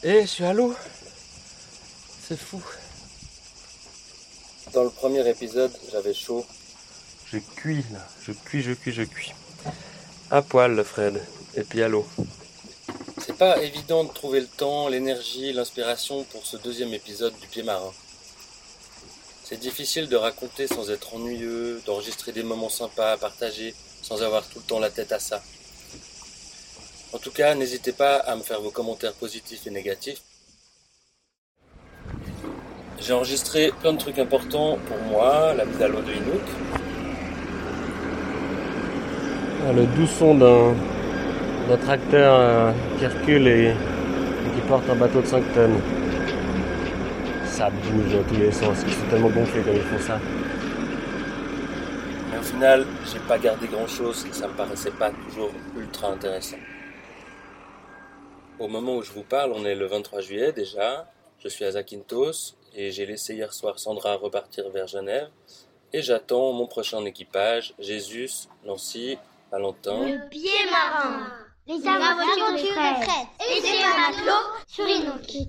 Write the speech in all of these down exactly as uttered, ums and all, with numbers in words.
Et je suis à l'eau. C'est fou. Dans le premier épisode, j'avais chaud. Je cuis là. Je cuis, je cuis, je cuis. À poil le Fred. Et puis à l'eau. C'est pas évident de trouver le temps, l'énergie, l'inspiration pour ce deuxième épisode du Pied Marin. C'est difficile de raconter sans être ennuyeux, d'enregistrer des moments sympas à partager sans avoir tout le temps la tête à ça. En tout cas, n'hésitez pas à me faire vos commentaires positifs et négatifs. J'ai enregistré plein de trucs importants pour moi, la mise à l'eau de Hinouk. Le doux son d'un, d'un tracteur euh, qui recule et, et qui porte un bateau de cinq tonnes. Ça bouge dans tous les sens, ils sont tellement gonflés quand ils font ça. Mais au final, j'ai pas gardé grand chose et ça me paraissait pas toujours ultra intéressant. Au moment où je vous parle, on est le vingt-trois juillet déjà, je suis à Zakynthos et j'ai laissé hier soir Sandra repartir vers Genève et j'attends mon prochain équipage, Jésus, Nancy, Valentin. Le Pied Marin, les aventures de Fred et ses matelots sur Hinouk.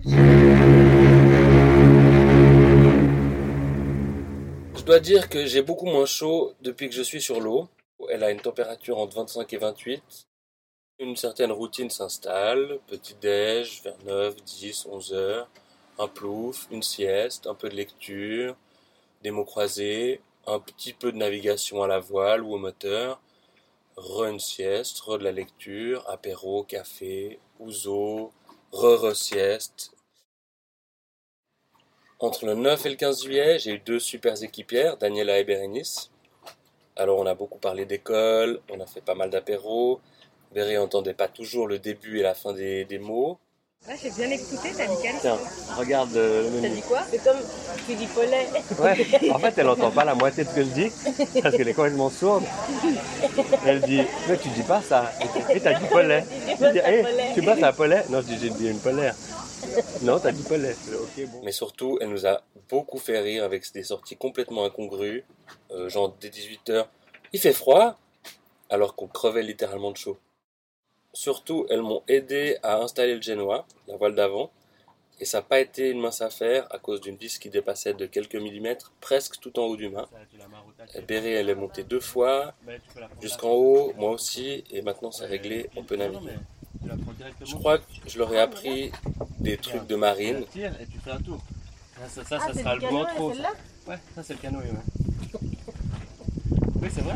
Je dois dire que j'ai beaucoup moins chaud depuis que je suis sur l'eau. Elle a une température entre vingt-cinq et vingt-huit. Une certaine routine s'installe, petit-déj vers neuf, dix, onze heures, un plouf, une sieste, un peu de lecture, des mots croisés, un petit peu de navigation à la voile ou au moteur, re une sieste, re de la lecture, apéro, café, ouzo, re-re-sieste. Entre le neuf et le quinze juillet, j'ai eu deux super équipières, Daniela et Bérénice. Alors on a beaucoup parlé d'école, on a fait pas mal d'apéros. Béré entendait pas toujours le début et la fin des, des mots. Ouais, j'ai bien écouté, t'as dit quelle? Tiens, regarde euh, le menu. T'as dit quoi? C'est comme tu dis Paulet. Ouais, en fait elle entend pas la moitié de ce que je dis, parce qu'elle est complètement sourde. Elle dit, mais tu dis pas ça. Et t'as dit Paulet. Je dis, hey, tu bosses à Paulet? Non, je dis, j'ai dit une polaire. Non, t'as dit Paulet. Okay, bon. Mais surtout, elle nous a beaucoup fait rire avec des sorties complètement incongrues. Euh, genre dès dix-huit heures, il fait froid, alors qu'on crevait littéralement de chaud. Surtout, elles m'ont aidé à installer le génois, la voile d'avant, et ça n'a pas été une mince affaire à cause d'une vis qui dépassait de quelques millimètres, presque tout en haut du mât. Béré, elle est montée deux fois, jusqu'en haut, moi aussi, et maintenant c'est réglé, on peut naviguer. Je crois que je leur ai appris des trucs de marine. Et tu fais un tour. Ça, ça, ça sera le bout en trop. Ouais, ça c'est le canoë, ouais. Oui, c'est vrai.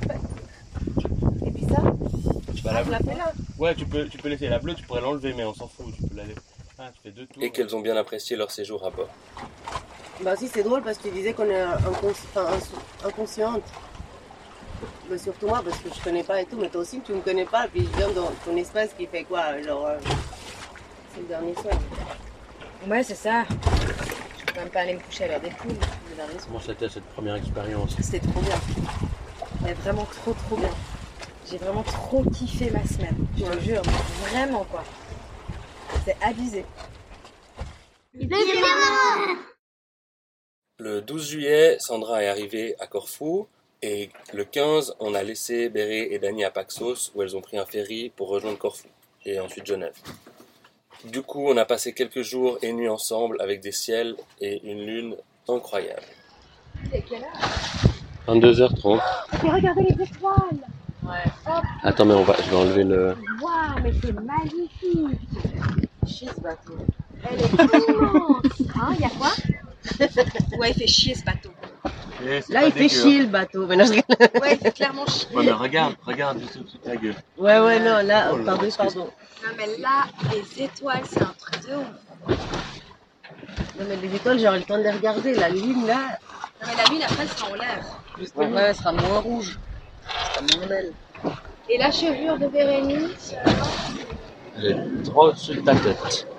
Et puis ça? Bah, ah, la je la fais là. Ouais, tu peux, tu peux laisser la bleue, tu pourrais l'enlever, mais on s'en fout, tu peux l'aller. Ah, tu fais deux tours. Et qu'elles ont bien apprécié leur séjour à bord. Bah si, c'est drôle parce que tu disais qu'on est inconsci... enfin, inconsciente. Mais surtout moi, parce que je connais pas et tout, mais toi aussi tu me connais pas, et puis je viens dans ton espace qui fait quoi, genre... Euh... C'est le dernier soir. Ouais, c'est ça. Je peux même pas aller me coucher à l'heure des poules. Comment c'était cette première expérience? C'était trop bien. Mais vraiment trop trop bien. J'ai vraiment trop kiffé ma semaine, je te jure, mais vraiment quoi. C'est abusé. Le douze juillet, Sandra est arrivée à Corfou et le quinze, on a laissé Béré et Dani à Paxos où elles ont pris un ferry pour rejoindre Corfou et ensuite Genève. Du coup, on a passé quelques jours et nuits ensemble avec des ciels et une lune incroyable. C'est quelle heure? vingt-deux heures trente. Et regardez les étoiles. Ouais. Hop. Attends, mais on va, je vais enlever le... Waouh, mais c'est magnifique. Chier ce bateau. Elle est immense. Hein, il y a quoi? Ouais, il fait chier ce bateau. Eh, là, il fait chier le bateau. Mais non, je... ouais, il fait clairement chier. Ouais, mais regarde, regarde juste au-dessus de ta gueule. Ouais, ouais, non, là, oh, là pardon, là, pardon. Non, mais là, les étoiles, c'est un truc de ouf. Non, mais les étoiles, j'aurai le temps de les regarder. La lune, là. Non, mais la lune, après, elle sera en l'air. Justement, ouais, elle sera moins rouge. Elle sera moins belle. Et la chevelure de Bérénice? Elle est trop au-dessus de ta tête.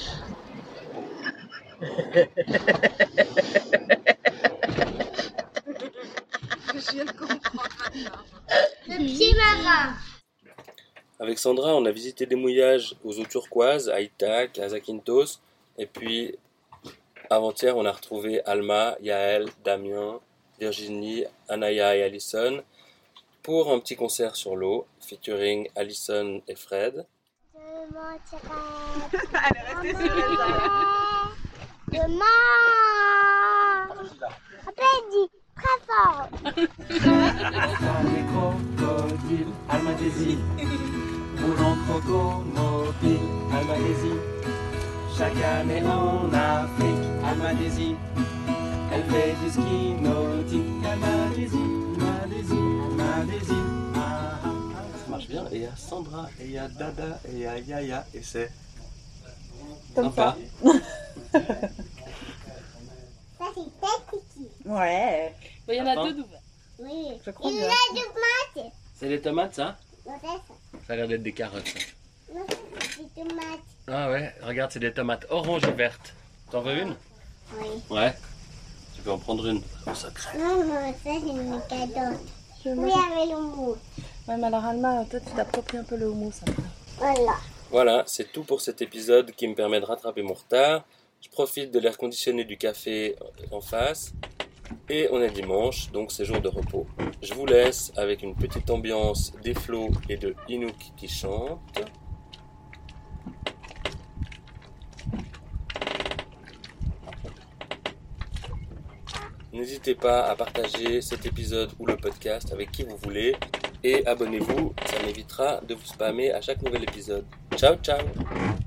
Je viens de comprendre maintenant. Le Pied Marin. Avec Sandra, on a visité des mouillages aux eaux turquoises, à Ithaque, à Zakynthos. Et puis, avant-hier, on a retrouvé Alma, Yael, Damien, Virginie, Anaya et Alison pour un petit concert sur l'eau, featuring Alison et Fred. Elle est restée sur elle. Demain. Après, dit très fort. Des crocodiles, Almadésie. Roulant crocomobile, Almadésie. Chaque année en Afrique, Almadésie. Elle fait du ski nautique, Almadésie, Almadésie, Almadésie. Ah, ah, ah. Ça marche bien. Et il y a Sandra, et il y a Dada, et il y a Yaya, et c'est Comme sympa. Ça, c'est petit. Ouais, Il y en a Attends. deux d'ouverts. Oui. je crois Il bien. a du tomate. C'est des tomates, ça? Non, c'est ça. Ça a l'air d'être des carottes, ça. Non, c'est des tomates. Ah ouais, regarde, c'est des tomates orange et vertes. T'en veux une? Oui. Ouais. Tu peux en prendre une. Au secret. Non, non, ça, c'est une cadeau. Je Oui, avec le mou. Ouais, mais alors Alma, toi tu t'appropries un peu le houmous après. Voilà. Voilà, c'est tout pour cet épisode qui me permet de rattraper mon retard. Je profite de l'air conditionné du café en face. Et on est dimanche, donc c'est jour de repos. Je vous laisse avec une petite ambiance des flots et de Inouk qui chante. N'hésitez pas à partager cet épisode ou le podcast avec qui vous voulez. Et abonnez-vous, ça m'évitera de vous spammer à chaque nouvel épisode. Ciao, ciao!